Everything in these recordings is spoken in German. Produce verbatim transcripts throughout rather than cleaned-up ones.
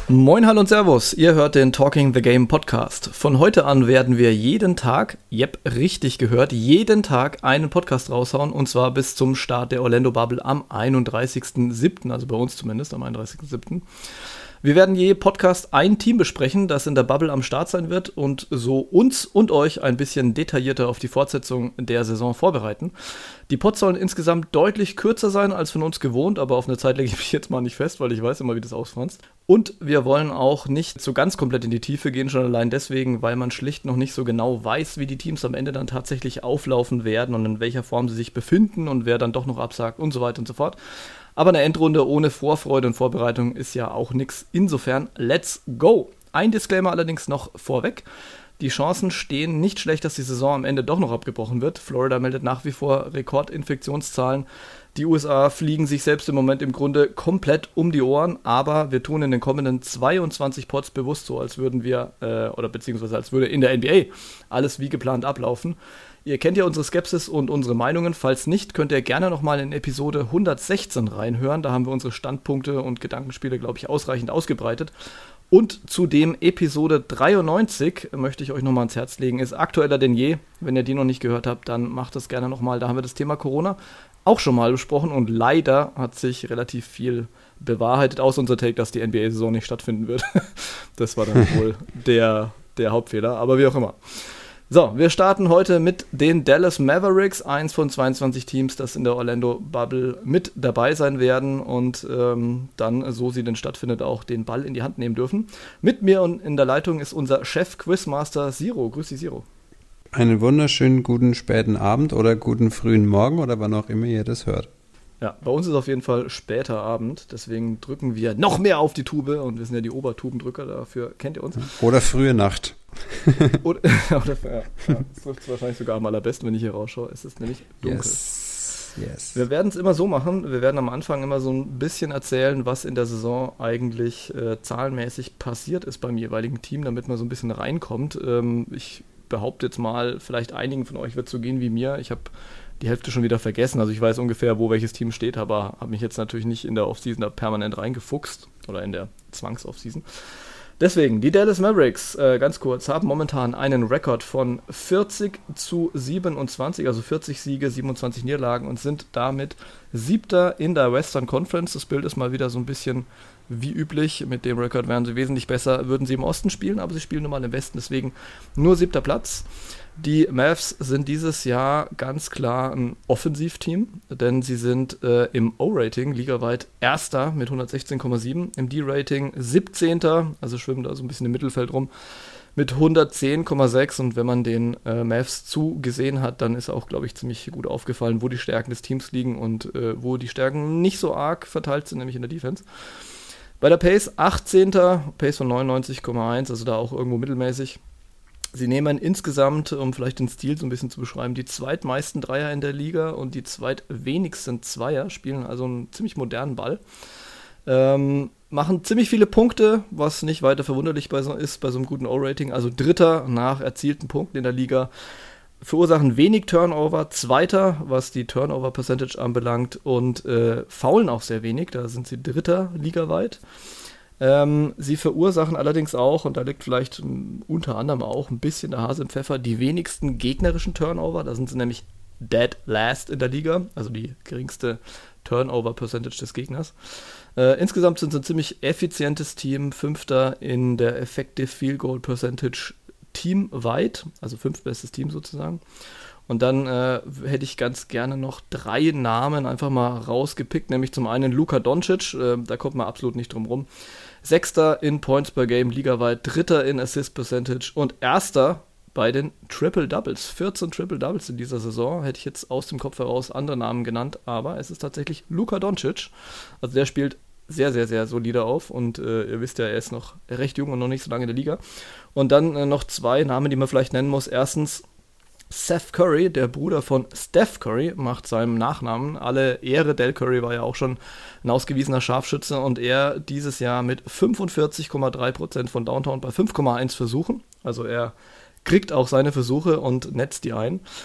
Moin, hallo und servus, ihr hört den Talking the Game Podcast. Von heute an werden wir jeden Tag, yep, richtig gehört, jeden Tag einen Podcast raushauen und zwar bis zum Start der Orlando Bubble am einunddreißigsten siebten, also bei uns zumindest am einunddreißigsten siebten Wir werden je Podcast ein Team besprechen, das in der Bubble am Start sein wird und so uns und euch ein bisschen detaillierter auf die Fortsetzung der Saison vorbereiten. Die Pods sollen insgesamt deutlich kürzer sein als von uns gewohnt, aber auf eine Zeit lege ich mich jetzt mal nicht fest, weil ich weiß immer, wie das ausfranst. Und wir wollen auch nicht so ganz komplett in die Tiefe gehen, schon allein deswegen, weil man schlicht noch nicht so genau weiß, wie die Teams am Ende dann tatsächlich auflaufen werden und in welcher Form sie sich befinden und wer dann doch noch absagt und so weiter und so fort. Aber eine Endrunde ohne Vorfreude und Vorbereitung ist ja auch nichts. Insofern, let's go! Ein Disclaimer allerdings noch vorweg. Die Chancen stehen nicht schlecht, dass die Saison am Ende doch noch abgebrochen wird. Florida meldet nach wie vor Rekordinfektionszahlen. Die U S A fliegen sich selbst im Moment im Grunde komplett um die Ohren. Aber wir tun in den kommenden zweiundzwanzig Pods bewusst so, als würden wir, äh, oder beziehungsweise als würde in der N B A alles wie geplant ablaufen. Ihr kennt ja unsere Skepsis und unsere Meinungen. Falls nicht, könnt ihr gerne nochmal in Episode hundertsechzehn reinhören. Da haben wir unsere Standpunkte und Gedankenspiele, glaube ich, ausreichend ausgebreitet. Und zudem Episode dreiundneunzig, möchte ich euch nochmal ans Herz legen, ist aktueller denn je. Wenn ihr die noch nicht gehört habt, dann macht das gerne nochmal. Da haben wir das Thema Corona auch schon mal besprochen und leider hat sich relativ viel bewahrheitet, außer unser Take, dass die N B A-Saison nicht stattfinden wird. Das war dann wohl der, der Hauptfehler, aber wie auch immer. So, wir starten heute mit den Dallas Mavericks, eins von zweiundzwanzig Teams, das in der Orlando Bubble mit dabei sein werden und ähm, dann, so sie denn stattfindet, auch den Ball in die Hand nehmen dürfen. Mit mir und in der Leitung ist unser Chef-Quizmaster Siro. Grüß dich, Siro. Einen wunderschönen guten späten Abend oder guten frühen Morgen oder wann auch immer ihr das hört. Ja, bei uns ist auf jeden Fall später Abend, deswegen drücken wir noch mehr auf die Tube und wir sind ja die Obertubendrücker, dafür kennt ihr uns. Oder frühe Nacht. oder, oder, ja, ja, das trifft es wahrscheinlich sogar am allerbesten, wenn ich hier rausschaue. Es ist nämlich dunkel. Yes. Yes. Wir werden es immer so machen, wir werden am Anfang immer so ein bisschen erzählen, was in der Saison eigentlich äh, zahlenmäßig passiert ist beim jeweiligen Team, damit man so ein bisschen reinkommt. Ähm, ich behaupte jetzt mal, vielleicht einigen von euch wird es so gehen wie mir. Ich habe die Hälfte schon wieder vergessen. Also ich weiß ungefähr, wo welches Team steht, aber habe mich jetzt natürlich nicht in der Offseason da permanent reingefuchst oder in der Zwangs-Offseason. Deswegen, die Dallas Mavericks, äh, ganz kurz, haben momentan einen Rekord von vierzig zu siebenundzwanzig, also vierzig Siege, siebenundzwanzig Niederlagen und sind damit Siebter in der Western Conference. Das Bild ist mal wieder so ein bisschen wie üblich. Mit dem Rekord wären sie wesentlich besser, würden sie im Osten spielen, aber sie spielen nun mal im Westen, deswegen nur siebter Platz. Die Mavs sind dieses Jahr ganz klar ein Offensivteam, denn sie sind äh, im O-Rating ligaweit Erster mit hundertsechzehn Komma sieben, im D-Rating siebzehnter, also schwimmen da so ein bisschen im Mittelfeld rum, mit hundertzehn Komma sechs und wenn man den äh, Mavs zugesehen hat, dann ist auch, glaube ich, ziemlich gut aufgefallen, wo die Stärken des Teams liegen und äh, wo die Stärken nicht so arg verteilt sind, nämlich in der Defense. Bei der Pace achtzehnter, Pace von neunundneunzig Komma eins, also da auch irgendwo mittelmäßig. Sie nehmen insgesamt, um vielleicht den Stil so ein bisschen zu beschreiben, die zweitmeisten Dreier in der Liga und die zweitwenigsten Zweier, spielen also einen ziemlich modernen Ball. Ähm, machen ziemlich viele Punkte, was nicht weiter verwunderlich bei so, ist bei so einem guten O-Rating, also Dritter nach erzielten Punkten in der Liga. Verursachen wenig Turnover, Zweiter, was die Turnover-Percentage anbelangt und äh, faulen auch sehr wenig, da sind sie Dritter ligaweit. Ähm, sie verursachen allerdings auch, und da liegt vielleicht m, unter anderem auch ein bisschen der Hase im Pfeffer, die wenigsten gegnerischen Turnover, da sind sie nämlich dead last in der Liga, also die geringste Turnover-Percentage des Gegners. Äh, insgesamt sind sie ein ziemlich effizientes Team, Fünfter in der Effective Field Goal Percentage teamweit, also fünftbestes Team sozusagen. Und dann äh, hätte ich ganz gerne noch drei Namen einfach mal rausgepickt, nämlich zum einen Luka Doncic, äh, da kommt man absolut nicht drum rum. Sechster in Points per Game ligaweit, Dritter in Assist Percentage und Erster bei den Triple Doubles. vierzehn Triple Doubles in dieser Saison, hätte ich jetzt aus dem Kopf heraus andere Namen genannt, aber es ist tatsächlich Luka Doncic. Also der spielt sehr, sehr, sehr solide auf und äh, ihr wisst ja, er ist noch recht jung und noch nicht so lange in der Liga. Und dann äh, noch zwei Namen, die man vielleicht nennen muss. Erstens Seth Curry, der Bruder von Steph Curry, macht seinem Nachnamen alle Ehre. Del Curry war ja auch schon ein ausgewiesener Scharfschütze und er dieses Jahr mit fünfundvierzig Komma drei Prozent von Downtown bei fünf Komma eins Versuchen. Also er kriegt auch seine Versuche und netzt die ein.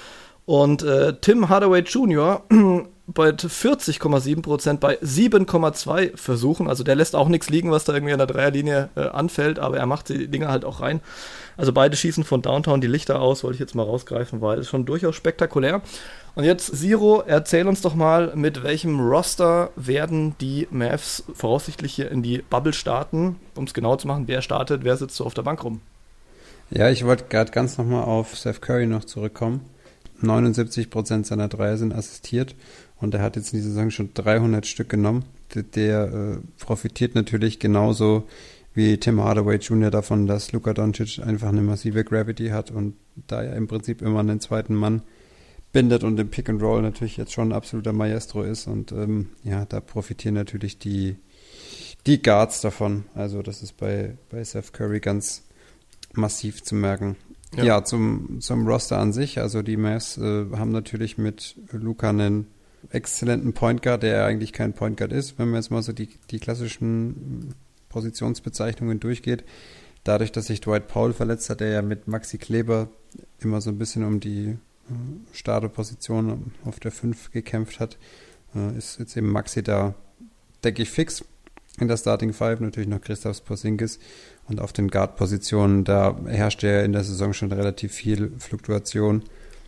Und äh, Tim Hardaway Junior bei vierzig Komma sieben Prozent bei sieben Komma zwei Versuchen. Also der lässt auch nichts liegen, was da irgendwie an der Dreierlinie äh, anfällt, aber er macht die Dinger halt auch rein. Also beide schießen von Downtown die Lichter aus, wollte ich jetzt mal rausgreifen, weil es schon durchaus spektakulär. Und jetzt, Siro, erzähl uns doch mal, mit welchem Roster werden die Mavs voraussichtlich hier in die Bubble starten? Um es genau zu machen, wer startet, wer sitzt so auf der Bank rum? Ja, ich wollte gerade ganz nochmal auf Steph Curry noch zurückkommen. neunundsiebzig Prozent seiner Dreier sind assistiert und er hat jetzt in dieser Saison schon dreihundert Stück genommen. Der, der äh, profitiert natürlich genauso wie Tim Hardaway Junior davon, dass Luka Doncic einfach eine massive Gravity hat und da er im Prinzip immer einen zweiten Mann bindet und im Pick and Roll natürlich jetzt schon ein absoluter Maestro ist und ähm, ja, da profitieren natürlich die, die Guards davon. Also das ist bei, bei Steph Curry ganz massiv zu merken. Ja, ja zum, zum Roster an sich, also die Mavs äh, haben natürlich mit Luka einen exzellenten Point Guard, der eigentlich kein Point Guard ist, wenn man jetzt mal so die, die klassischen Positionsbezeichnungen durchgeht. Dadurch, dass sich Dwight Powell verletzt hat, der ja mit Maxi Kleber immer so ein bisschen um die Starterposition auf der fünf gekämpft hat, ist jetzt eben Maxi da, denke ich, fix in der Starting Five, natürlich noch Kristaps Porzingis und auf den Guard-Positionen, da herrscht ja in der Saison schon relativ viel Fluktuation.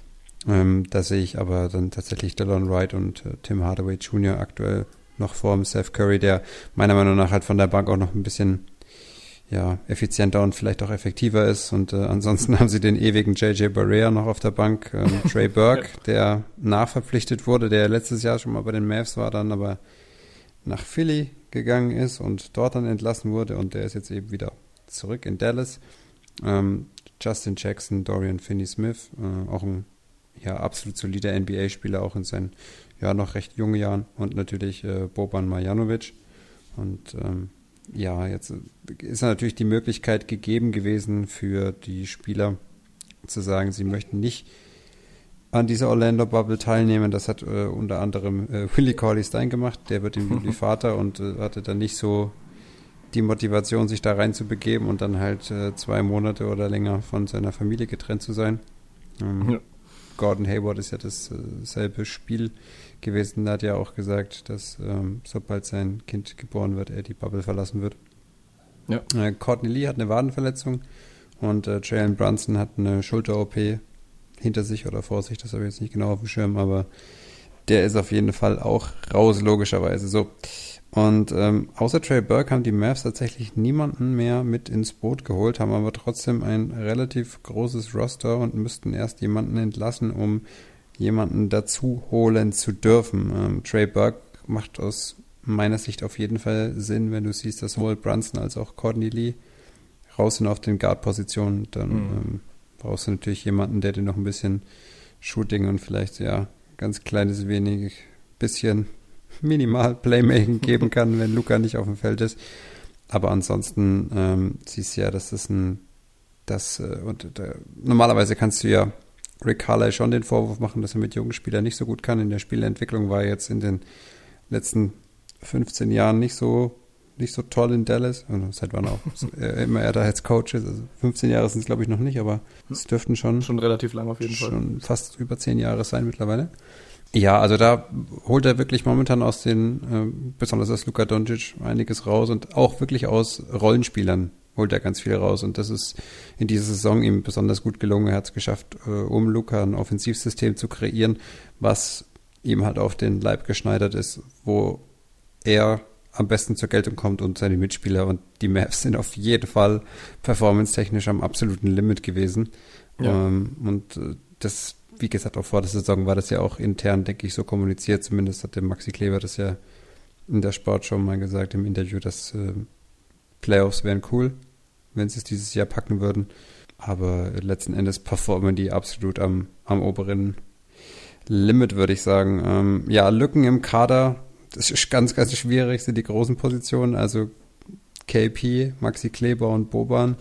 Ähm, da sehe ich aber dann tatsächlich Delon Wright und äh, Tim Hardaway Junior aktuell noch vor dem Steph Curry, der meiner Meinung nach halt von der Bank auch noch ein bisschen ja, effizienter und vielleicht auch effektiver ist. Und äh, ansonsten haben sie den ewigen J J Barea noch auf der Bank. Ähm, Trey Burke, der nachverpflichtet wurde, der letztes Jahr schon mal bei den Mavs war, dann aber nach Philly gegangen ist und dort dann entlassen wurde. Und der ist jetzt eben wieder zurück in Dallas. Ähm, Justin Jackson, Dorian Finney-Smith, äh, auch ein ja, absolut solider N B A-Spieler, auch in seinen ja, noch recht jungen Jahren. Und natürlich äh, Boban Marjanovic. Und ähm, ja, jetzt ist natürlich die Möglichkeit gegeben gewesen für die Spieler zu sagen, sie möchten nicht an dieser Orlando-Bubble teilnehmen. Das hat äh, unter anderem äh, Willie Cauley-Stein gemacht. Der wird im Juli Vater und äh, hatte dann nicht so die Motivation, sich da rein zu begeben und dann halt äh, zwei Monate oder länger von seiner Familie getrennt zu sein. Ähm, ja. Gordon Hayward ist ja dasselbe äh, Spiel gewesen. Da hat ja auch gesagt, dass ähm, sobald sein Kind geboren wird, er die Bubble verlassen wird. Ja. Äh, Courtney Lee hat eine Wadenverletzung und äh, Jalen Brunson hat eine Schulter-O P hinter sich oder vor sich, das habe ich jetzt nicht genau auf dem Schirm, aber der ist auf jeden Fall auch raus, logischerweise. So. Und ähm, außer Trey Burke haben die Mavs tatsächlich niemanden mehr mit ins Boot geholt, haben aber trotzdem ein relativ großes Roster und müssten erst jemanden entlassen, um jemanden dazu holen zu dürfen. Ähm, Trey Burke macht aus meiner Sicht auf jeden Fall Sinn, wenn du siehst, dass sowohl Brunson als auch Courtney Lee raus sind auf den Guard-Positionen. Dann mhm. ähm, brauchst du natürlich jemanden, der dir noch ein bisschen Shooting und vielleicht ja ganz kleines wenig bisschen minimal Playmaking geben kann, wenn Luka nicht auf dem Feld ist. Aber ansonsten ähm, siehst du ja, dass das ein das äh, und äh, normalerweise kannst du ja Rick Carlisle schon den Vorwurf machen, dass er mit jungen Spielern nicht so gut kann. In der Spielentwicklung war er jetzt in den letzten fünfzehn Jahren nicht so nicht so toll in Dallas. Und seit wann auch äh, immer er da als Coach ist. Also fünfzehn Jahre sind es, glaube ich, noch nicht, aber es dürften schon schon relativ lang auf jeden schon Fall. Schon fast über zehn Jahre sein mittlerweile. Ja, also da holt er wirklich momentan aus den, äh, besonders aus Luka Doncic, einiges raus und auch wirklich aus Rollenspielern holt er ganz viel raus und das ist in dieser Saison ihm besonders gut gelungen. Er hat es geschafft, äh, um Luka ein Offensivsystem zu kreieren, was ihm halt auf den Leib geschneidert ist, wo er am besten zur Geltung kommt und seine Mitspieler und die Mavs sind auf jeden Fall performance-technisch am absoluten Limit gewesen. Ja. Ähm, und äh, das wie gesagt, auch vor der Saison war das ja auch intern, denke ich, so kommuniziert. Zumindest hat der Maxi Kleber das ja in der Sportshow mal gesagt im Interview, dass äh, Playoffs wären cool, wenn sie es dieses Jahr packen würden. Aber letzten Endes performen die absolut am, am oberen Limit, würde ich sagen. Ähm, ja, Lücken im Kader, das ist ganz, ganz schwierig, sind die großen Positionen. Also K P, Maxi Kleber und Boban,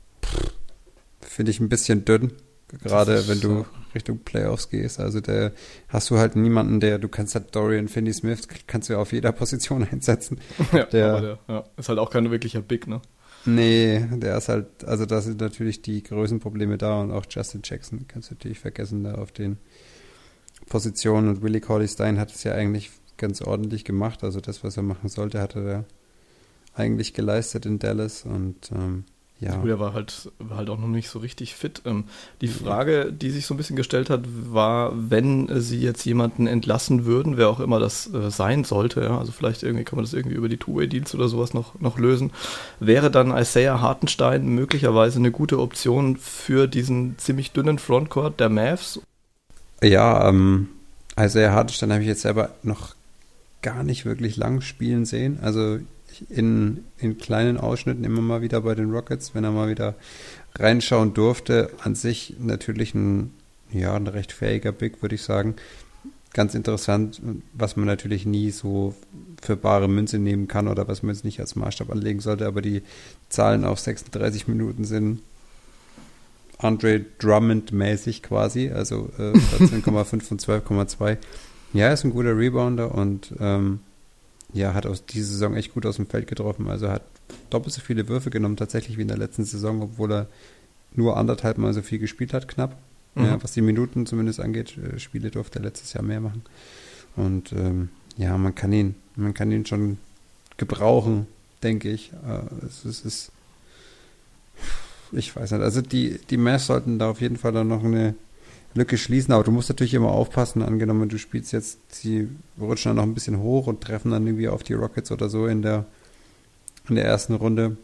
finde ich ein bisschen dünn. Gerade wenn du Richtung Playoffs gehst, also da hast du halt niemanden, der, du kannst halt Dorian Finney-Smith, kannst du ja auf jeder Position einsetzen. Ja, der, aber der ja, ist halt auch kein wirklicher Big, ne? Nee, der ist halt, also da sind natürlich die Größenprobleme da und auch Justin Jackson kannst du natürlich vergessen, da auf den Position und Willie Cauley-Stein hat es ja eigentlich ganz ordentlich gemacht. Also das, was er machen sollte, hat er eigentlich geleistet in Dallas und ähm, ja. Er war halt, war halt auch noch nicht so richtig fit. Ähm, die Frage, die sich so ein bisschen gestellt hat, war, wenn sie jetzt jemanden entlassen würden, wer auch immer das äh, sein sollte, ja, also vielleicht irgendwie kann man das irgendwie über die Two-Way-Deals oder sowas noch, noch lösen, wäre dann Isaiah Hartenstein möglicherweise eine gute Option für diesen ziemlich dünnen Frontcourt der Mavs? Ja, ähm, Isaiah Hartenstein habe ich jetzt selber noch gar nicht wirklich lang spielen sehen. Also in, in kleinen Ausschnitten immer mal wieder bei den Rockets, wenn er mal wieder reinschauen durfte. An sich natürlich ein, ja, ein recht fähiger Big, würde ich sagen. Ganz interessant, was man natürlich nie so für bare Münze nehmen kann oder was man jetzt nicht als Maßstab anlegen sollte, aber die Zahlen auf sechsunddreißig Minuten sind Andre Drummond-mäßig quasi, also äh, vierzehn Komma fünf und zwölf Komma zwei. Ja, ist ein guter Rebounder und ähm, ja, hat aus dieser Saison echt gut aus dem Feld getroffen. Also hat doppelt so viele Würfe genommen tatsächlich wie in der letzten Saison, obwohl er nur anderthalb Mal so viel gespielt hat, knapp. Mhm. Ja, was die Minuten zumindest angeht, äh, Spiele durfte er letztes Jahr mehr machen. Und ähm, ja, man kann ihn, man kann ihn schon gebrauchen, denke ich. Äh, es, es ist, ich weiß nicht, also die, die Mavs sollten da auf jeden Fall dann noch eine Lücke schließen, aber du musst natürlich immer aufpassen, angenommen, du spielst jetzt, sie rutschen dann noch ein bisschen hoch und treffen dann irgendwie auf die Rockets oder so in der in der ersten Runde.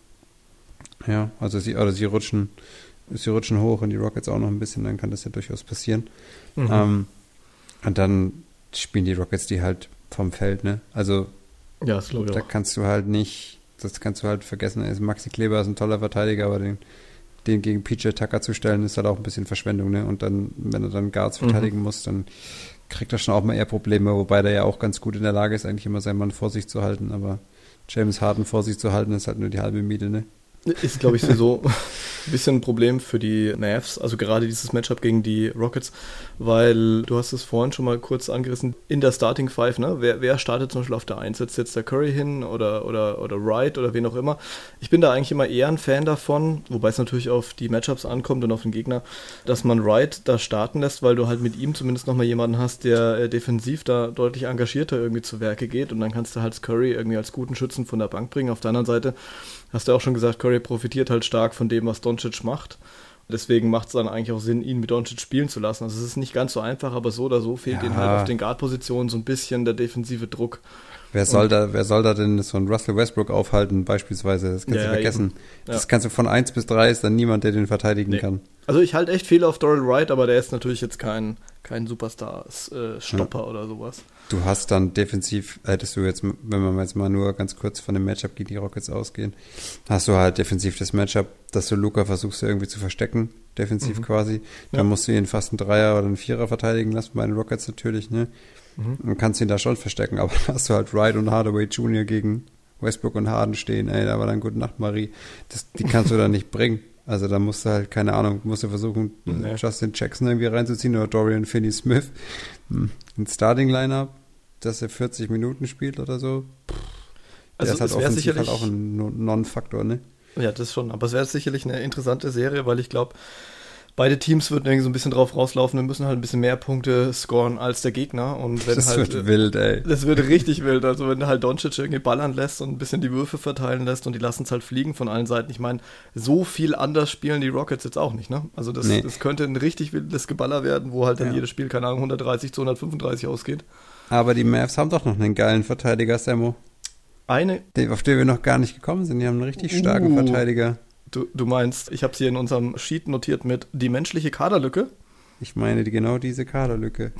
Ja, also sie, oder sie rutschen, sie rutschen hoch und die Rockets auch noch ein bisschen, dann kann das ja durchaus passieren. Mhm. Ähm, und dann spielen die Rockets die halt vom Feld, ne? Also ja, das glaube ich da auch. kannst du halt nicht, das kannst du halt vergessen. Also Maxi Kleber ist ein toller Verteidiger, aber den den gegen P J Tucker zu stellen, ist halt auch ein bisschen Verschwendung, ne? Und dann, wenn er dann Guards verteidigen mhm. muss, dann kriegt er schon auch mal eher Probleme, wobei der ja auch ganz gut in der Lage ist, eigentlich immer seinen Mann vor sich zu halten, aber James Harden vor sich zu halten, ist halt nur die halbe Miete, ne? Ist, glaube ich, so ein bisschen ein Problem für die Mavs, also gerade dieses Matchup gegen die Rockets, weil du hast es vorhin schon mal kurz angerissen, in der Starting Five, ne? Wer, wer startet zum Beispiel auf der Eins? Setzt jetzt der Curry hin oder, oder, oder Wright oder wen auch immer? Ich bin da eigentlich immer eher ein Fan davon, wobei es natürlich auf die Matchups ankommt und auf den Gegner, dass man Wright da starten lässt, weil du halt mit ihm zumindest nochmal jemanden hast, der äh, defensiv da deutlich engagierter irgendwie zu Werke geht und dann kannst du halt Curry irgendwie als guten Schützen von der Bank bringen. Auf der anderen Seite hast du auch schon gesagt, Curry profitiert halt stark von dem, was Doncic macht. Deswegen macht es dann eigentlich auch Sinn, ihn mit Doncic spielen zu lassen. Also es ist nicht ganz so einfach, aber so oder so fehlt ja. ihm halt auf den Guard-Positionen so ein bisschen der defensive Druck. Wer soll, da, wer soll da denn so einen Russell Westbrook aufhalten, beispielsweise? Das kannst ja, du vergessen. Ja. Das kannst du von eins bis drei, ist dann niemand, der den verteidigen nee. kann. Also ich halte echt viel auf Doral Wright, aber der ist natürlich jetzt kein, kein Superstar-Stopper ja. oder sowas. Du hast dann defensiv, hättest du jetzt, wenn wir jetzt mal nur ganz kurz von dem Matchup gegen die Rockets ausgehen, hast du halt defensiv das Matchup, dass du Luka versuchst irgendwie zu verstecken, defensiv mhm. quasi. Dann ja. musst du ihn fast einen Dreier oder einen Vierer verteidigen lassen, bei den Rockets natürlich, ne? Mhm. Und kannst ihn da schon verstecken, aber dann hast du halt Wright und Hardaway Junior gegen Westbrook und Harden stehen, ey, da war dann gute Nacht, Marie. Das, die kannst du da nicht bringen. Also da musst du halt, keine Ahnung, musst du versuchen, nee. Justin Jackson irgendwie reinzuziehen oder Dorian Finney-Smith. Ein Starting-Lineup, dass er vierzig Minuten spielt oder so. Pff, also der ist halt offensiv halt auch ein Non-Faktor, ne? Ja, das schon. Aber es wäre sicherlich eine interessante Serie, weil ich glaube, beide Teams würden irgendwie so ein bisschen drauf rauslaufen und müssen halt ein bisschen mehr Punkte scoren als der Gegner. Und wenn das halt, wird wild, ey. Das wird richtig wild. Also wenn halt Doncic irgendwie ballern lässt und ein bisschen die Würfe verteilen lässt und die lassen es halt fliegen von allen Seiten. Ich meine, so viel anders spielen die Rockets jetzt auch nicht, ne? Also das, nee. das könnte ein richtig wildes Geballer werden, wo halt dann ja. jedes Spiel, keine Ahnung, hundertdreißig zu hundertfünfunddreißig ausgeht. Aber die Mavs haben doch noch einen geilen Verteidiger, Sammo. Eine? Auf den wir noch gar nicht gekommen sind. Die haben einen richtig starken uh. Verteidiger. Du, du meinst, ich habe es hier in unserem Sheet notiert mit die menschliche Kaderlücke? Ich meine die, genau diese Kaderlücke.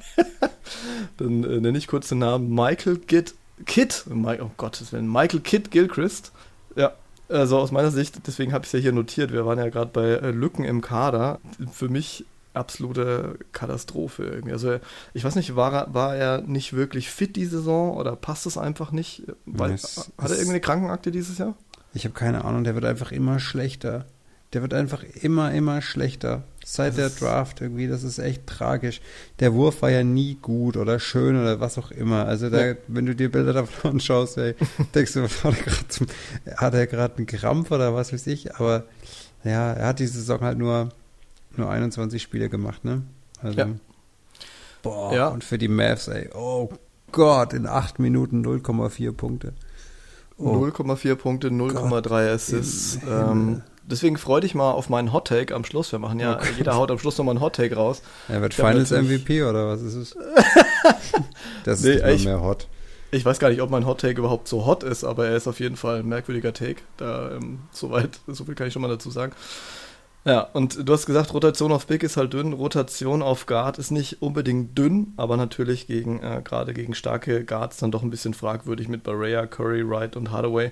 Dann äh, nenne ich kurz den Namen Michael Kidd, Kidd, oh Gottes Willen, Michael Kidd Gilchrist. Ja, also aus meiner Sicht, deswegen habe ich es ja hier notiert, wir waren ja gerade bei äh, Lücken im Kader. Für mich absolute Katastrophe irgendwie. Also ich weiß nicht, war er, war er nicht wirklich fit die Saison oder passt es einfach nicht? Weil, es, hat er irgendeine Krankenakte dieses Jahr? Ich habe keine Ahnung, der wird einfach immer schlechter. Der wird einfach immer, immer schlechter. Seit der Draft irgendwie, das ist echt tragisch. Der Wurf war ja nie gut oder schön oder was auch immer. Also da, ja. wenn du dir Bilder davon anschaust, ey, denkst du, hat er gerade einen Krampf oder was weiß ich. Aber ja, er hat die Saison halt nur, nur einundzwanzig Spiele gemacht, ne? Also. Ja. Boah, ja. Und für die Mavs, ey, oh Gott, in acht Minuten null Komma vier Punkte. Oh. null Komma vier Punkte, null Komma drei Assists. Ähm, deswegen freu dich mal auf meinen Hot-Take am Schluss. Wir machen ja, oh jeder haut am Schluss nochmal einen Hot-Take raus. Er wird Finals M V P oder was ist es? Das ist nee, nicht mal mehr hot. Ich weiß gar nicht, ob mein Hot-Take überhaupt so hot ist, aber er ist auf jeden Fall ein merkwürdiger Take. Da, ähm, soweit, so viel kann ich schon mal dazu sagen. Ja, und du hast gesagt, Rotation auf Big ist halt dünn, Rotation auf Guard ist nicht unbedingt dünn, aber natürlich gegen äh, gerade gegen starke Guards dann doch ein bisschen fragwürdig mit Barea, Curry, Wright und Hardaway.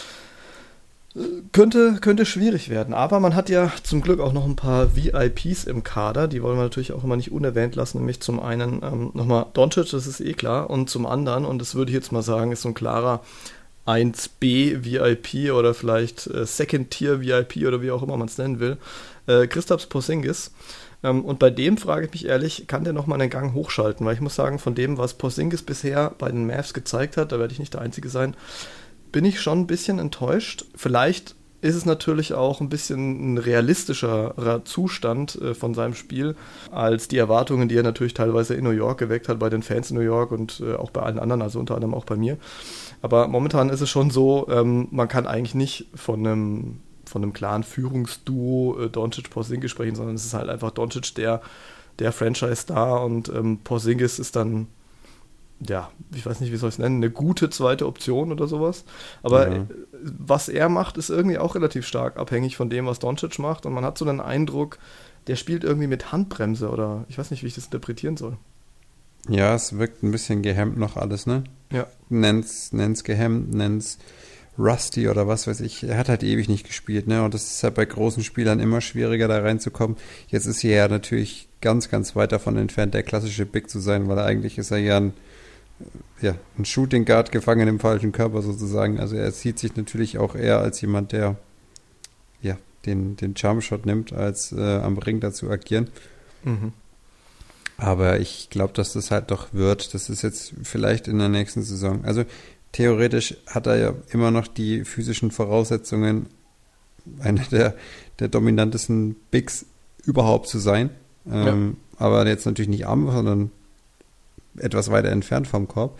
Äh, könnte, könnte schwierig werden, aber man hat ja zum Glück auch noch ein paar V I Ps im Kader, die wollen wir natürlich auch immer nicht unerwähnt lassen, nämlich zum einen ähm, nochmal Doncic, das ist eh klar, und zum anderen, und das würde ich jetzt mal sagen, ist so ein klarer eins B V I P oder vielleicht äh, Second-Tier V I P oder wie auch immer man es nennen will, äh, Kristaps Porzingis. Ähm, und bei dem frage ich mich ehrlich, kann der nochmal einen Gang hochschalten? Weil ich muss sagen, von dem, was Porzingis bisher bei den Mavs gezeigt hat, da werde ich nicht der Einzige sein, bin ich schon ein bisschen enttäuscht. Vielleicht ist es natürlich auch ein bisschen ein realistischerer Zustand äh, von seinem Spiel als die Erwartungen, die er natürlich teilweise in New York geweckt hat, bei den Fans in New York und äh, auch bei allen anderen, also unter anderem auch bei mir. Aber momentan ist es schon so, ähm, man kann eigentlich nicht von einem, von einem klaren Führungsduo äh, Doncic-Porzingis sprechen, sondern es ist halt einfach Doncic der, der Franchise-Star und ähm, Porzingis ist dann, ja, ich weiß nicht, wie soll ich es nennen, eine gute zweite Option oder sowas. Aber ja. Was er macht, ist irgendwie auch relativ stark abhängig von dem, was Doncic macht. Und man hat so den Eindruck, der spielt irgendwie mit Handbremse oder ich weiß nicht, wie ich das interpretieren soll. Ja, es wirkt ein bisschen gehemmt noch alles, ne? Ja. Nenn's, nenn's gehemmt, nenn's rusty oder was weiß ich. Er hat halt ewig nicht gespielt, ne? Und das ist halt bei großen Spielern immer schwieriger, da reinzukommen. Jetzt ist er ja natürlich ganz, ganz weit davon entfernt, der klassische Big zu sein, weil eigentlich ist er ja ein, ja, ein Shooting Guard gefangen im falschen Körper sozusagen. Also er sieht sich natürlich auch eher als jemand, der ja, den, den Jumpshot nimmt, als äh, am Ring dazu agieren. Mhm. Aber ich glaube, dass das halt doch wird. Das ist jetzt vielleicht in der nächsten Saison. Also theoretisch hat er ja immer noch die physischen Voraussetzungen, einer der, der dominantesten Bigs überhaupt zu sein. Ähm, ja. Aber jetzt natürlich nicht am, sondern etwas weiter entfernt vom Korb.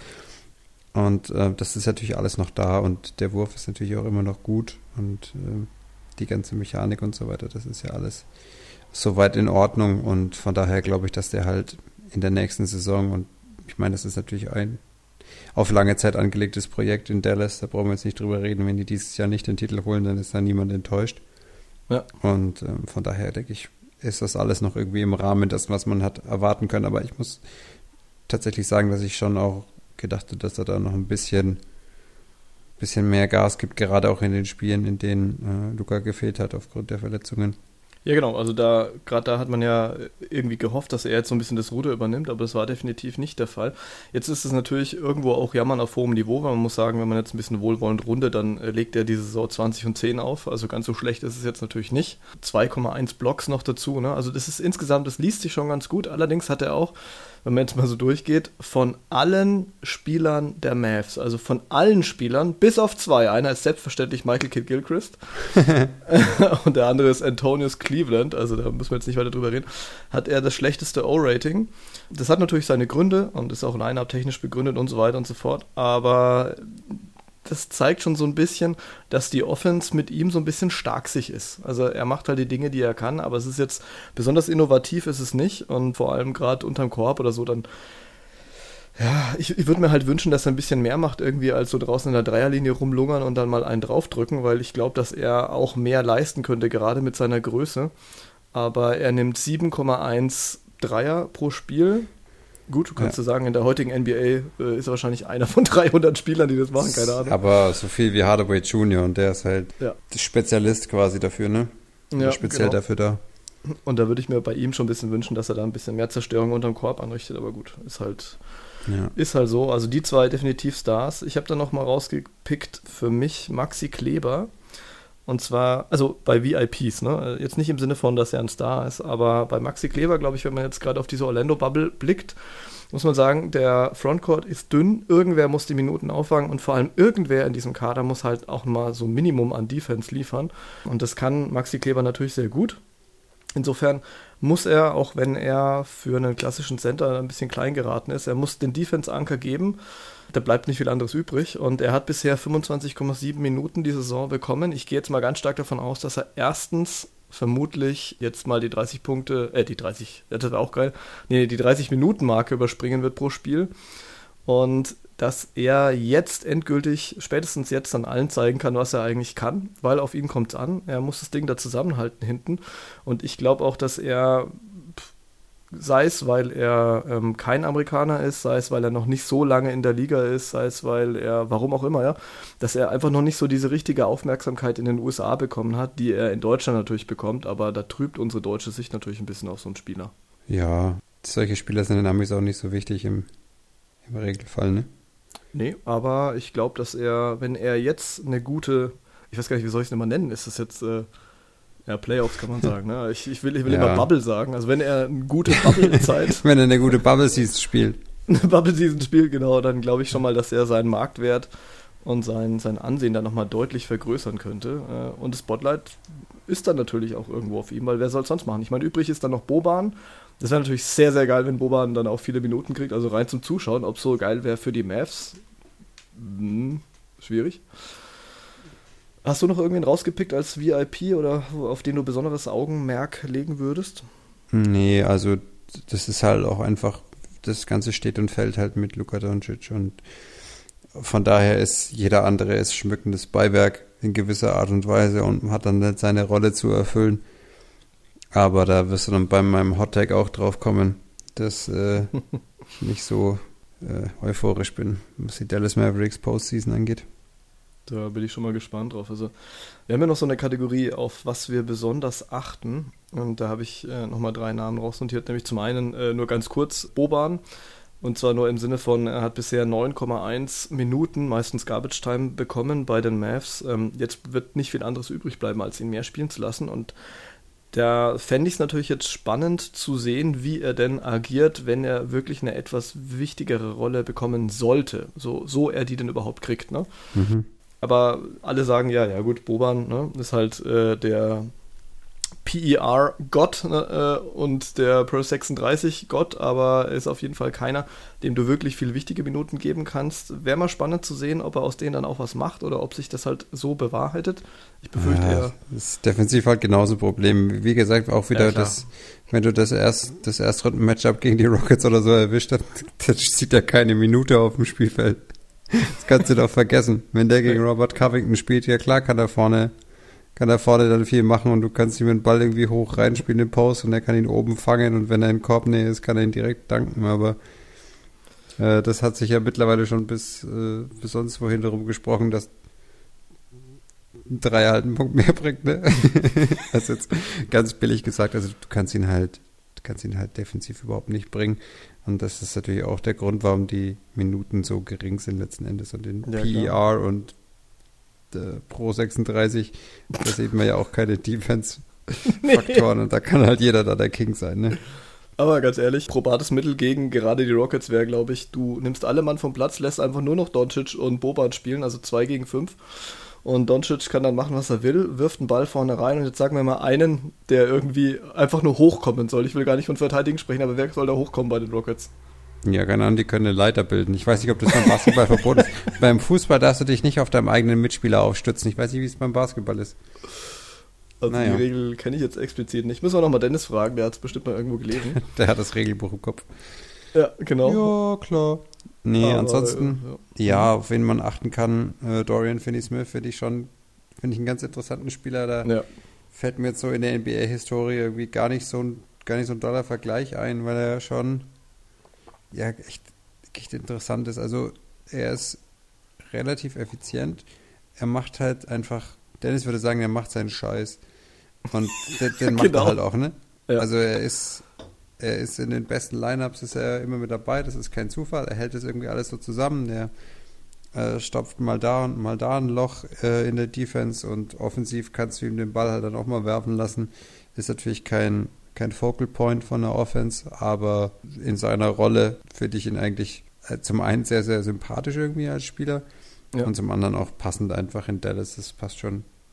Und äh, das ist natürlich alles noch da und der Wurf ist natürlich auch immer noch gut und äh, die ganze Mechanik und so weiter, das ist ja alles soweit in Ordnung und von daher glaube ich, dass der halt in der nächsten Saison, und ich meine, das ist natürlich ein auf lange Zeit angelegtes Projekt in Dallas, da brauchen wir jetzt nicht drüber reden, wenn die dieses Jahr nicht den Titel holen, dann ist da niemand enttäuscht. Ja. Und ähm, von daher denke ich, ist das alles noch irgendwie im Rahmen dessen, was man hat erwarten können, aber ich muss tatsächlich sagen, dass ich schon auch gedacht habe, dass er da noch ein bisschen bisschen mehr Gas gibt, gerade auch in den Spielen, in denen äh, Luka gefehlt hat aufgrund der Verletzungen. Ja, genau, also da, gerade da hat man ja irgendwie gehofft, dass er jetzt so ein bisschen das Ruder übernimmt, aber das war definitiv nicht der Fall. Jetzt ist es natürlich irgendwo auch Jammern auf hohem Niveau, weil man muss sagen, wenn man jetzt ein bisschen wohlwollend rundet, dann äh, legt er diese Saison zwanzig und zehn auf, also ganz so schlecht ist es jetzt natürlich nicht. zwei Komma eins Blocks noch dazu, ne? Also das ist insgesamt, das liest sich schon ganz gut, allerdings hat er auch, wenn man jetzt mal so durchgeht, von allen Spielern der Mavs, also von allen Spielern, bis auf zwei, einer ist selbstverständlich Michael Kidd-Gilchrist und der andere ist Antonius Cleveland, also da müssen wir jetzt nicht weiter drüber reden, hat er das schlechteste O-Rating. Das hat natürlich seine Gründe und ist auch Line-Up technisch begründet und so weiter und so fort, aber das zeigt schon so ein bisschen, dass die Offense mit ihm so ein bisschen starksig ist. Also er macht halt die Dinge, die er kann, aber es ist jetzt besonders innovativ ist es nicht und vor allem gerade unterm Korb oder so, dann ja, ich, ich würde mir halt wünschen, dass er ein bisschen mehr macht irgendwie als so draußen in der Dreierlinie rumlungern und dann mal einen draufdrücken, weil ich glaube, dass er auch mehr leisten könnte, gerade mit seiner Größe. Aber er nimmt sieben Komma eins Dreier pro Spiel. Gut, du kannst ja sagen, in der heutigen N B A äh, ist er wahrscheinlich einer von dreihundert Spielern, die das machen, keine Ahnung. Aber so viel wie Hardaway Junior und der ist halt ja. Spezialist quasi dafür, ne? Ja, speziell genau. dafür da. Und da würde ich mir bei ihm schon ein bisschen wünschen, dass er da ein bisschen mehr Zerstörung unterm Korb anrichtet, aber gut, ist halt, ja. ist halt so. Also die zwei definitiv Stars. Ich habe dann noch mal rausgepickt für mich Maxi Kleber. Und zwar, also bei V I Ps, ne? Jetzt nicht im Sinne von, dass er ein Star ist, aber bei Maxi Kleber, glaube ich, wenn man jetzt gerade auf diese Orlando-Bubble blickt, muss man sagen, der Frontcourt ist dünn, irgendwer muss die Minuten auffangen und vor allem irgendwer in diesem Kader muss halt auch mal so ein Minimum an Defense liefern. Und das kann Maxi Kleber natürlich sehr gut. Insofern muss er, auch wenn er für einen klassischen Center ein bisschen klein geraten ist, er muss den Defense-Anker geben. Da bleibt nicht viel anderes übrig. Und er hat bisher fünfundzwanzig Komma sieben Minuten die Saison bekommen. Ich gehe jetzt mal ganz stark davon aus, dass er erstens vermutlich jetzt mal die dreißig Punkte, äh, die dreißig, das wäre auch geil, nee, die dreißig-Minuten-Marke überspringen wird pro Spiel. Und dass er jetzt endgültig, spätestens jetzt dann allen zeigen kann, was er eigentlich kann, weil auf ihn kommt es an. Er muss das Ding da zusammenhalten hinten. Und ich glaube auch, dass er, sei es, weil er ähm, kein Amerikaner ist, sei es, weil er noch nicht so lange in der Liga ist, sei es, weil er, warum auch immer, ja, dass er einfach noch nicht so diese richtige Aufmerksamkeit in den U S A bekommen hat, die er in Deutschland natürlich bekommt, aber da trübt unsere deutsche Sicht natürlich ein bisschen auf so einen Spieler. Ja, solche Spieler sind in Amis auch nicht so wichtig im, im Regelfall, ne? Nee, aber ich glaube, dass er, wenn er jetzt eine gute, ich weiß gar nicht, wie soll ich es denn mal nennen, ist das jetzt, äh, ja, Playoffs kann man sagen, ne? Ich, ich will, ich will ja. immer Bubble sagen, also wenn er eine gute Bubble-Zeit... wenn er eine gute Bubble-Season spielt. Eine Bubble-Season spielt, genau, dann glaube ich schon mal, dass er seinen Marktwert und sein, sein Ansehen dann nochmal deutlich vergrößern könnte. Und das Spotlight ist dann natürlich auch irgendwo auf ihm, weil wer soll es sonst machen? Ich meine, übrig ist dann noch Boban. Das wäre natürlich sehr, sehr geil, wenn Boban dann auch viele Minuten kriegt, also rein zum Zuschauen. Ob so geil wäre für die Mavs, hm, schwierig. Hast du noch irgendwen rausgepickt als V I P oder auf den du besonderes Augenmerk legen würdest? Nee, also das ist halt auch einfach, das Ganze steht und fällt halt mit Luka Doncic und von daher ist jeder andere ist schmückendes Beiwerk in gewisser Art und Weise und hat dann nicht seine Rolle zu erfüllen. Aber da wirst du dann bei meinem Hot-Tag auch drauf kommen, dass äh, ich nicht so äh, euphorisch bin, was die Dallas Mavericks Postseason angeht. Da bin ich schon mal gespannt drauf. Also, wir haben ja noch so eine Kategorie, auf was wir besonders achten. Und da habe ich äh, nochmal drei Namen rausnotiert. Nämlich zum einen äh, nur ganz kurz Boban. Und zwar nur im Sinne von, er hat bisher neun Komma eins Minuten, meistens Garbage Time, bekommen bei den Mavs. Ähm, jetzt wird nicht viel anderes übrig bleiben, als ihn mehr spielen zu lassen. Und da fände ich es natürlich jetzt spannend zu sehen, wie er denn agiert, wenn er wirklich eine etwas wichtigere Rolle bekommen sollte. So, so er die denn überhaupt kriegt, ne? Mhm. Aber alle sagen, ja, ja gut, Boban, ne, ist halt äh, der P E R-Gott, ne, äh, und der Pro sechsunddreißig-Gott, aber ist auf jeden Fall keiner, dem du wirklich viel wichtige Minuten geben kannst. Wäre mal spannend zu sehen, ob er aus denen dann auch was macht oder ob sich das halt so bewahrheitet. Ich befürchte ja, eher. Das ist defensiv halt genauso ein Problem. Wie gesagt, auch wieder Ja, das, wenn du das erst das Erstrunden-Matchup gegen die Rockets oder so erwischt hast, dann sieht er keine Minute auf dem Spielfeld. Das kannst du doch vergessen. Wenn der gegen Robert Covington spielt, ja klar kann er vorne, kann er vorne dann viel machen und du kannst ihm den Ball irgendwie hoch reinspielen in den Post und er kann ihn oben fangen und wenn er in Korbnähe ist, kann er ihn direkt danken, aber äh, das hat sich ja mittlerweile schon bis, äh, bis sonst wohin darum gesprochen, dass ein Dreier halt einen Punkt mehr bringt, ne? Das ist jetzt ganz billig gesagt, also du kannst ihn halt, du kannst ihn halt defensiv überhaupt nicht bringen. Und das ist natürlich auch der Grund, warum die Minuten so gering sind letzten Endes. Und in ja, P E R und äh, Pro sechsunddreißig, da sieht man ja auch keine Defense-Faktoren. Nee. Und da kann halt jeder da der King sein, ne? Aber ganz ehrlich, probates Mittel gegen gerade die Rockets wäre, glaube ich, du nimmst alle Mann vom Platz, lässt einfach nur noch Doncic und Boban spielen, also zwei gegen fünf. Und Doncic kann dann machen, was er will, wirft einen Ball vorne rein und jetzt sagen wir mal einen, der irgendwie einfach nur hochkommen soll. Ich will gar nicht von Verteidigen sprechen, aber wer soll da hochkommen bei den Rockets? Ja, keine Ahnung, die können eine Leiter bilden. Ich weiß nicht, ob das beim Basketball verboten ist. Beim Fußball darfst du dich nicht auf deinem eigenen Mitspieler aufstützen. Ich weiß nicht, wie es beim Basketball ist. Also naja. Die Regel kenne ich jetzt explizit nicht. Müssen wir nochmal Dennis fragen, der hat es bestimmt mal irgendwo gelesen. Der hat das Regelbuch im Kopf. Ja, genau. Ja, klar. Nee, aber, ansonsten, ja. ja, auf wen man achten kann, äh, Dorian Finney-Smith finde ich schon, finde ich einen ganz interessanten Spieler. Da ja. fällt mir jetzt so in der N B A-Historie irgendwie gar nicht so ein, gar nicht so ein doller Vergleich ein, weil er schon ja echt, echt interessant ist. Also er ist relativ effizient. Er macht halt einfach, Dennis würde sagen, er macht seinen Scheiß. Und den, den macht genau. er halt auch, ne? Ja. Also er ist Er ist in den besten Lineups, ist er immer mit dabei, das ist kein Zufall. Er hält das irgendwie alles so zusammen. Der äh, stopft mal da und mal da ein Loch äh, in der Defense und offensiv kannst du ihm den Ball halt dann auch mal werfen lassen. Ist natürlich kein, kein Focal Point von der Offense, aber in seiner Rolle finde ich ihn eigentlich äh, zum einen sehr, sehr sympathisch irgendwie als Spieler ja. und zum anderen auch passend einfach in Dallas. Das passt schon.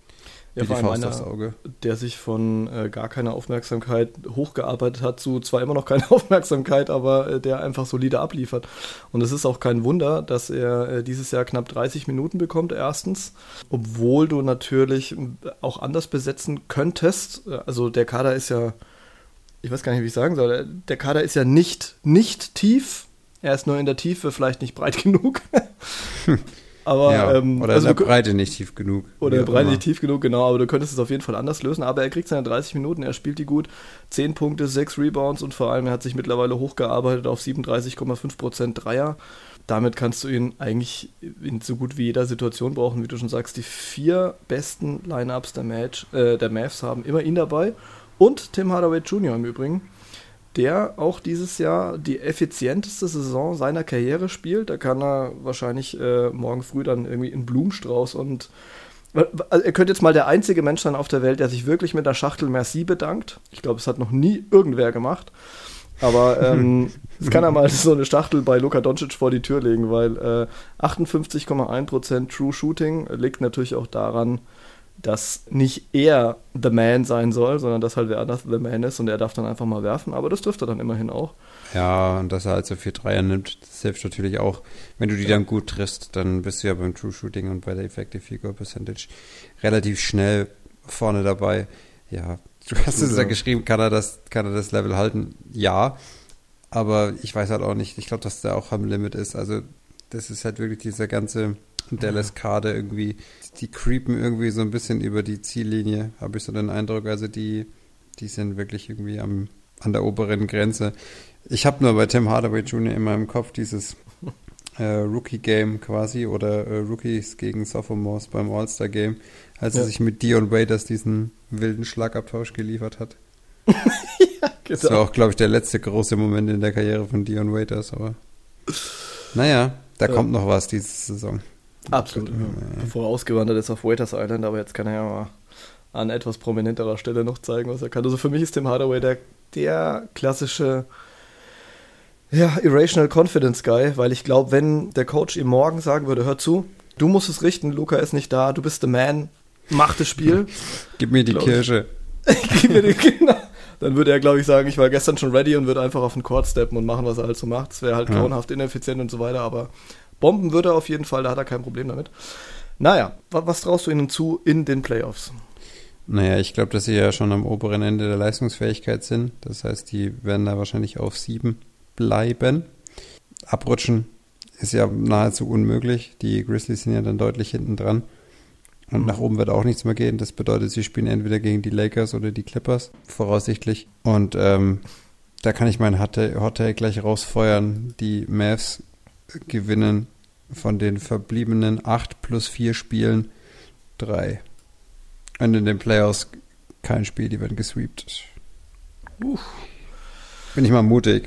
Ja, wie vor die allem Faust einer, aufs Auge. der sich von äh, gar keiner Aufmerksamkeit hochgearbeitet hat zu zwar immer noch keine Aufmerksamkeit, aber äh, der einfach solide abliefert. Und es ist auch kein Wunder, dass er äh, dieses Jahr knapp dreißig Minuten bekommt, erstens. Obwohl du natürlich auch anders besetzen könntest. Also der Kader ist ja, ich weiß gar nicht, wie ich sagen soll, der Kader ist ja nicht, nicht tief. Er ist nur in der Tiefe vielleicht nicht breit genug. Aber, ja, ähm, oder also in der du, Breite nicht tief genug. Oder in der Breite nicht tief genug, genau, aber du könntest es auf jeden Fall anders lösen. Aber er kriegt seine dreißig Minuten, er spielt die gut. zehn Punkte, sechs Rebounds und vor allem er hat sich mittlerweile hochgearbeitet auf siebenunddreißig Komma fünf Prozent Dreier. Damit kannst du ihn eigentlich in so gut wie jeder Situation brauchen, wie du schon sagst. Die vier besten Lineups der, Match, äh, der Mavs haben immer ihn dabei. Und Tim Hardaway Junior im Übrigen, der auch dieses Jahr die effizienteste Saison seiner Karriere spielt. Da kann er wahrscheinlich äh, morgen früh dann irgendwie einen Blumenstrauß und also er könnte jetzt mal der einzige Mensch sein auf der Welt, der sich wirklich mit einer Schachtel Merci bedankt. Ich glaube, es hat noch nie irgendwer gemacht. Aber ähm, jetzt kann er mal so eine Schachtel bei Luka Doncic vor die Tür legen, weil äh, achtundfünfzig Komma eins Prozent True Shooting liegt natürlich auch daran, dass nicht er the man sein soll, sondern dass halt wer anders the man ist und er darf dann einfach mal werfen, aber das trifft er dann immerhin auch. Ja, und dass er halt so viel Dreier nimmt, das hilft natürlich auch. Wenn du die dann gut triffst, dann bist du ja beim True Shooting und bei der Effective Field Goal Percentage relativ schnell vorne dabei. Ja, du hast es ja geschrieben, kann er das, kann er das Level halten? Ja, aber ich weiß halt auch nicht, ich glaube, dass der auch am Limit ist. Also das ist halt wirklich dieser ganze Dallas-Kader irgendwie, die creepen irgendwie so ein bisschen über die Ziellinie, habe ich so den Eindruck. Also die, die sind wirklich irgendwie am, an der oberen Grenze. Ich habe nur bei Tim Hardaway Junior immer im Kopf dieses äh, Rookie-Game quasi oder äh, Rookies gegen Sophomores beim All-Star-Game, als ja. er sich mit Dion Waiters diesen wilden Schlagabtausch geliefert hat. Ja, genau. Das war auch, glaube ich, der letzte große Moment in der Karriere von Dion Waiters, aber naja, da ja. kommt noch was diese Saison. Absolut. Ja. Bevor er ausgewandert ist auf Waiters Island, aber jetzt kann er ja mal an etwas prominenterer Stelle noch zeigen, was er kann. Also für mich ist Tim Hardaway der, der klassische ja, Irrational Confidence Guy, weil ich glaube, wenn der Coach ihm morgen sagen würde, hör zu, du musst es richten, Luka ist nicht da, du bist the man, mach das Spiel. Gib mir die Kirche. Gib mir die Kinder. Dann würde er, glaube ich, sagen, ich war gestern schon ready und würde einfach auf den Court steppen und machen, was er halt so macht. Das wäre halt grauenhaft ineffizient und so weiter, aber Bomben würde er auf jeden Fall, da hat er kein Problem damit. Naja, was traust du ihnen zu in den Playoffs? Naja, ich glaube, dass sie ja schon am oberen Ende der Leistungsfähigkeit sind. Das heißt, die werden da wahrscheinlich auf sieben bleiben. Abrutschen ist ja nahezu unmöglich. Die Grizzlies sind ja dann deutlich hinten dran. Und mhm. nach oben wird auch nichts mehr gehen. Das bedeutet, sie spielen entweder gegen die Lakers oder die Clippers, voraussichtlich. Und ähm, da kann ich meinen Hot Take gleich rausfeuern. Die Mavs gewinnen von den verbliebenen acht plus vier Spielen drei. Und in den Playoffs kein Spiel, die werden gesweept. Uff. Bin ich mal mutig.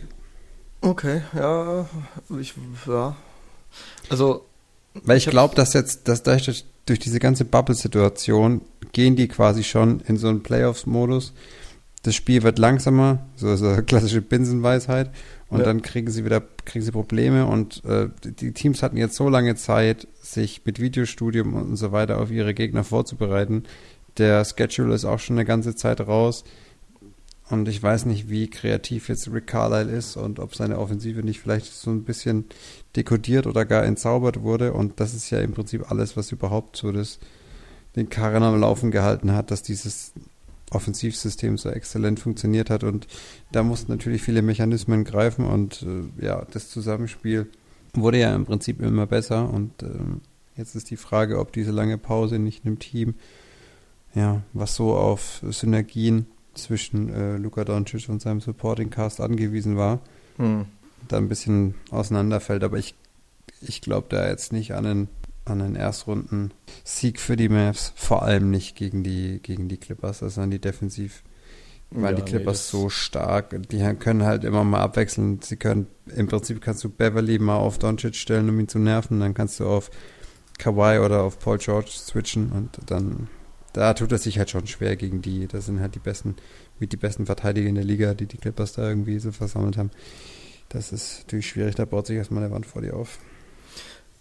Okay, ja, ich, ja. Also, weil ich, ich glaube, dass jetzt, dass durch, durch diese ganze Bubble-Situation gehen die quasi schon in so einen Playoffs-Modus. Das Spiel wird langsamer, so, so eine klassische Binsenweisheit. Und ja. dann kriegen sie wieder, kriegen sie Probleme und äh, die Teams hatten jetzt so lange Zeit, sich mit Videostudium und so weiter auf ihre Gegner vorzubereiten. Der Schedule ist auch schon eine ganze Zeit raus und ich weiß nicht, wie kreativ jetzt Rick Carlisle ist und ob seine Offensive nicht vielleicht so ein bisschen dekodiert oder gar entzaubert wurde und das ist ja im Prinzip alles, was überhaupt so das, den Karren am Laufen gehalten hat, dass dieses Offensivsystem so exzellent funktioniert hat und da mussten natürlich viele Mechanismen greifen und äh, ja, das Zusammenspiel wurde ja im Prinzip immer besser und ähm, jetzt ist die Frage, ob diese lange Pause nicht einem Team, ja, was so auf Synergien zwischen äh, Luka Doncic und seinem Supporting Cast angewiesen war, hm. da ein bisschen auseinanderfällt, aber ich, ich glaube da jetzt nicht an einen an einen Erstrunden-Sieg für die Mavs, vor allem nicht gegen die gegen die Clippers, also an die Defensiv, weil ja, die Clippers nee, so stark, die können halt immer mal abwechseln, sie können, im Prinzip kannst du Beverly mal auf Doncic stellen, um ihn zu nerven, dann kannst du auf Kawhi oder auf Paul George switchen und dann, da tut es sich halt schon schwer gegen die, das sind halt die besten, mit die besten Verteidiger in der Liga, die die Clippers da irgendwie so versammelt haben. Das ist natürlich schwierig, da baut sich erstmal eine Wand vor dir auf.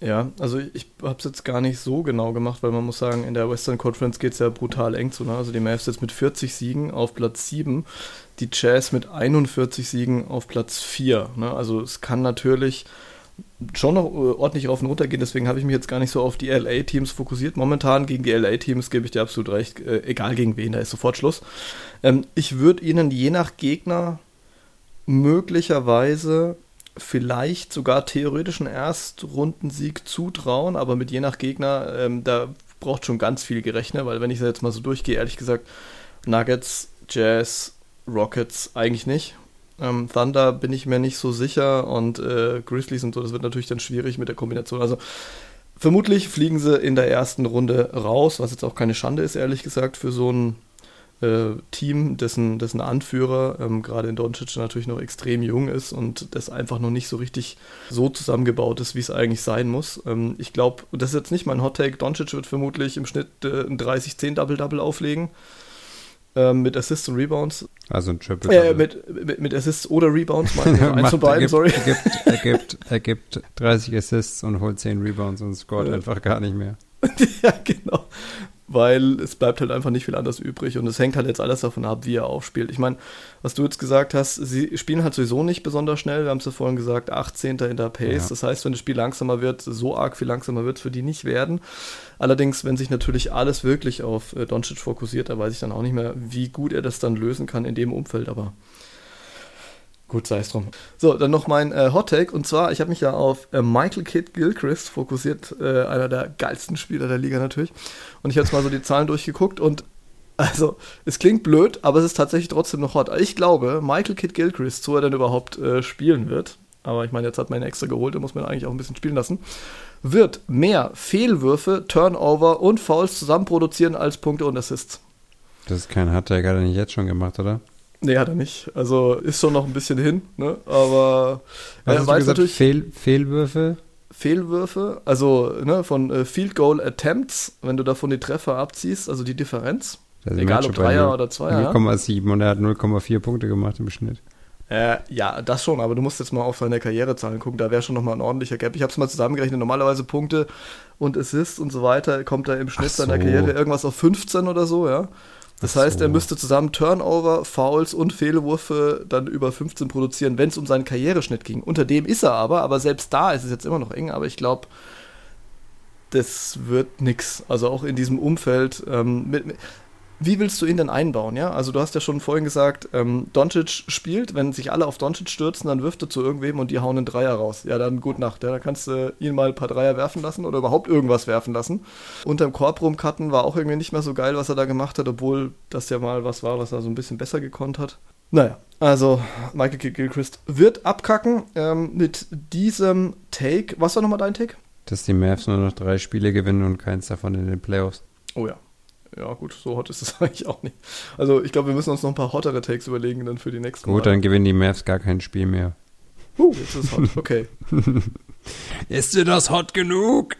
Ja, also ich habe es jetzt gar nicht so genau gemacht, weil man muss sagen, in der Western Conference geht es ja brutal eng zu. Ne? Also die Mavs jetzt mit vierzig Siegen auf Platz sieben, die Jazz mit einundvierzig Siegen auf Platz vier. Ne? Also es kann natürlich schon noch ordentlich rauf und runter gehen, deswegen habe ich mich jetzt gar nicht so auf die L A-Teams fokussiert. Momentan gegen die L A-Teams gebe ich dir absolut recht, äh, egal gegen wen, da ist sofort Schluss. Ähm, ich würde ihnen je nach Gegner möglicherweise vielleicht sogar theoretisch einen Erstrundensieg zutrauen, aber mit je nach Gegner, ähm, da braucht schon ganz viel gerechnet, weil wenn ich da jetzt mal so durchgehe, ehrlich gesagt, Nuggets, Jazz, Rockets eigentlich nicht. Ähm, Thunder bin ich mir nicht so sicher und äh, Grizzlies und so, das wird natürlich dann schwierig mit der Kombination. Also vermutlich fliegen sie in der ersten Runde raus, was jetzt auch keine Schande ist, ehrlich gesagt, für so ein äh, Team, dessen, dessen Anführer ähm, gerade in Doncic natürlich noch extrem jung ist und das einfach noch nicht so richtig so zusammengebaut ist, wie es eigentlich sein muss. Ähm, ich glaube, und das ist jetzt nicht mein Hot-Take, Doncic wird vermutlich im Schnitt äh, ein dreißig zehn Double-Double auflegen. Ähm, mit Assists und Rebounds. Also ein Triple. Äh, mit, mit, mit Assists oder Rebounds, mal also eins von beiden, sorry. Er gibt, er, gibt, er gibt dreißig Assists und holt zehn Rebounds und scoret ja. einfach gar nicht mehr. Ja, genau. Weil es bleibt halt einfach nicht viel anders übrig und es hängt halt jetzt alles davon ab, wie er aufspielt. Ich meine, was du jetzt gesagt hast, sie spielen halt sowieso nicht besonders schnell. Wir haben es ja vorhin gesagt, achtzehnter in der Pace. Ja. Das heißt, wenn das Spiel langsamer wird, so arg viel langsamer wird es für die nicht werden. Allerdings, wenn sich natürlich alles wirklich auf äh, Doncic fokussiert, da weiß ich dann auch nicht mehr, wie gut er das dann lösen kann in dem Umfeld, aber gut, sei es drum. So, dann noch mein äh, Hot-Take. Und zwar, ich habe mich ja auf äh, Michael Kidd-Gilchrist fokussiert, äh, einer der geilsten Spieler der Liga natürlich. Und ich habe jetzt mal so die Zahlen durchgeguckt und also, es klingt blöd, aber es ist tatsächlich trotzdem noch hot. Ich glaube, Michael Kidd-Gilchrist, so er denn überhaupt äh, spielen wird, aber ich meine, jetzt hat man ihn extra geholt, da muss man eigentlich auch ein bisschen spielen lassen, wird mehr Fehlwürfe, Turnover und Fouls zusammen produzieren als Punkte und Assists. Das ist kein Hot-Take, hat er nicht jetzt schon gemacht, oder? Nee, hat er nicht. Also ist schon noch ein bisschen hin, ne? Aber was hast du gesagt? Natürlich Fehl, Fehlwürfe? Fehlwürfe, also ne, von äh, Field Goal Attempts, wenn du davon die Treffer abziehst, also die Differenz, also egal ob Dreier oder Zweier. null Komma sieben und er hat null Komma vier Punkte gemacht im Schnitt. Äh, ja, das schon, aber du musst jetzt mal auf seine Karrierezahlen gucken, da wäre schon nochmal ein ordentlicher Gap. Ich habe es mal zusammengerechnet, normalerweise Punkte und Assists und so weiter, kommt er im Schnitt so. seiner Karriere irgendwas auf fünfzehn oder so, ja. Das heißt, so. er müsste zusammen Turnover, Fouls und Fehlwürfe dann über fünfzehn produzieren, wenn es um seinen Karriereschnitt ging. Unter dem ist er aber, aber selbst da ist es jetzt immer noch eng, aber ich glaube, das wird nix. Also auch in diesem Umfeld. Ähm, mit, mit, wie willst du ihn denn einbauen? Ja, also du hast ja schon vorhin gesagt, ähm, Doncic spielt, wenn sich alle auf Doncic stürzen, dann wirft er zu irgendwem und die hauen einen Dreier raus. Ja, dann gut Nacht. Ja, da kannst du ihn mal ein paar Dreier werfen lassen oder überhaupt irgendwas werfen lassen. Unterm Korb rumcutten war auch irgendwie nicht mehr so geil, was er da gemacht hat, obwohl das ja mal was war, was er so ein bisschen besser gekonnt hat. Naja, also Michael Kidd-Gilchrist wird abkacken ähm, mit diesem Take. Was war nochmal dein Take? Dass die Mavs nur noch drei Spiele gewinnen und keins davon in den Playoffs. Oh ja. Ja gut, so hot ist es eigentlich auch nicht. Also ich glaube, wir müssen uns noch ein paar hottere Takes überlegen dann für die nächsten Gut, Mal. Dann gewinnen die Mavs gar kein Spiel mehr. Uh, jetzt ist es hot, okay. Ist dir das hot genug?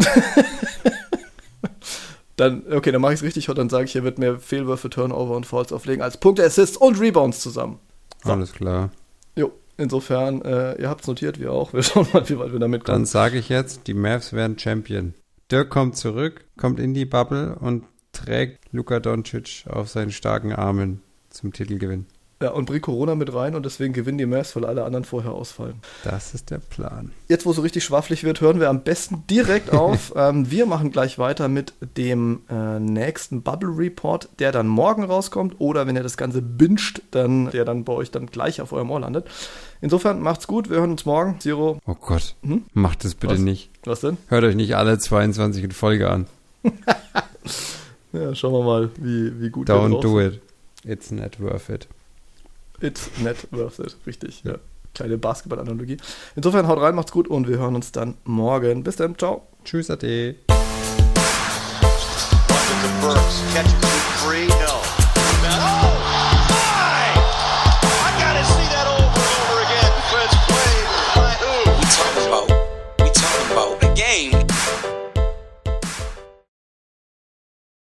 Dann, okay, dann mache ich es richtig hot, dann sage ich, er wird mehr Fehlwürfe, Turnover und Fouls auflegen als Punkte, Assists und Rebounds zusammen. So. Alles klar. Jo, insofern, äh, ihr habt es notiert, wir auch. Wir schauen mal, wie weit wir damit kommen. Dann sage ich jetzt, die Mavs werden Champion. Dirk kommt zurück, kommt in die Bubble und trägt Luka Doncic auf seinen starken Armen zum Titelgewinn. Ja, und bringt Corona mit rein und deswegen gewinnen die Mavs, weil alle anderen vorher ausfallen. Das ist der Plan. Jetzt, wo es so richtig schwafflig wird, hören wir am besten direkt auf. ähm, wir machen gleich weiter mit dem äh, nächsten Bubble Report, der dann morgen rauskommt oder wenn ihr das Ganze binscht, dann der dann bei euch dann gleich auf eurem Ohr landet. Insofern macht's gut, wir hören uns morgen. Zero. Oh Gott, hm? Macht es bitte Was? nicht. Was denn? Hört euch nicht alle zweiundzwanzig in Folge an. Ja, schauen wir mal, wie, wie gut Don't do it. It's not worth it. It's not worth it, richtig. Ja. Kleine Basketball-Analogie. Insofern haut rein, macht's gut und wir hören uns dann morgen. Bis dann, ciao. Tschüss, Ade.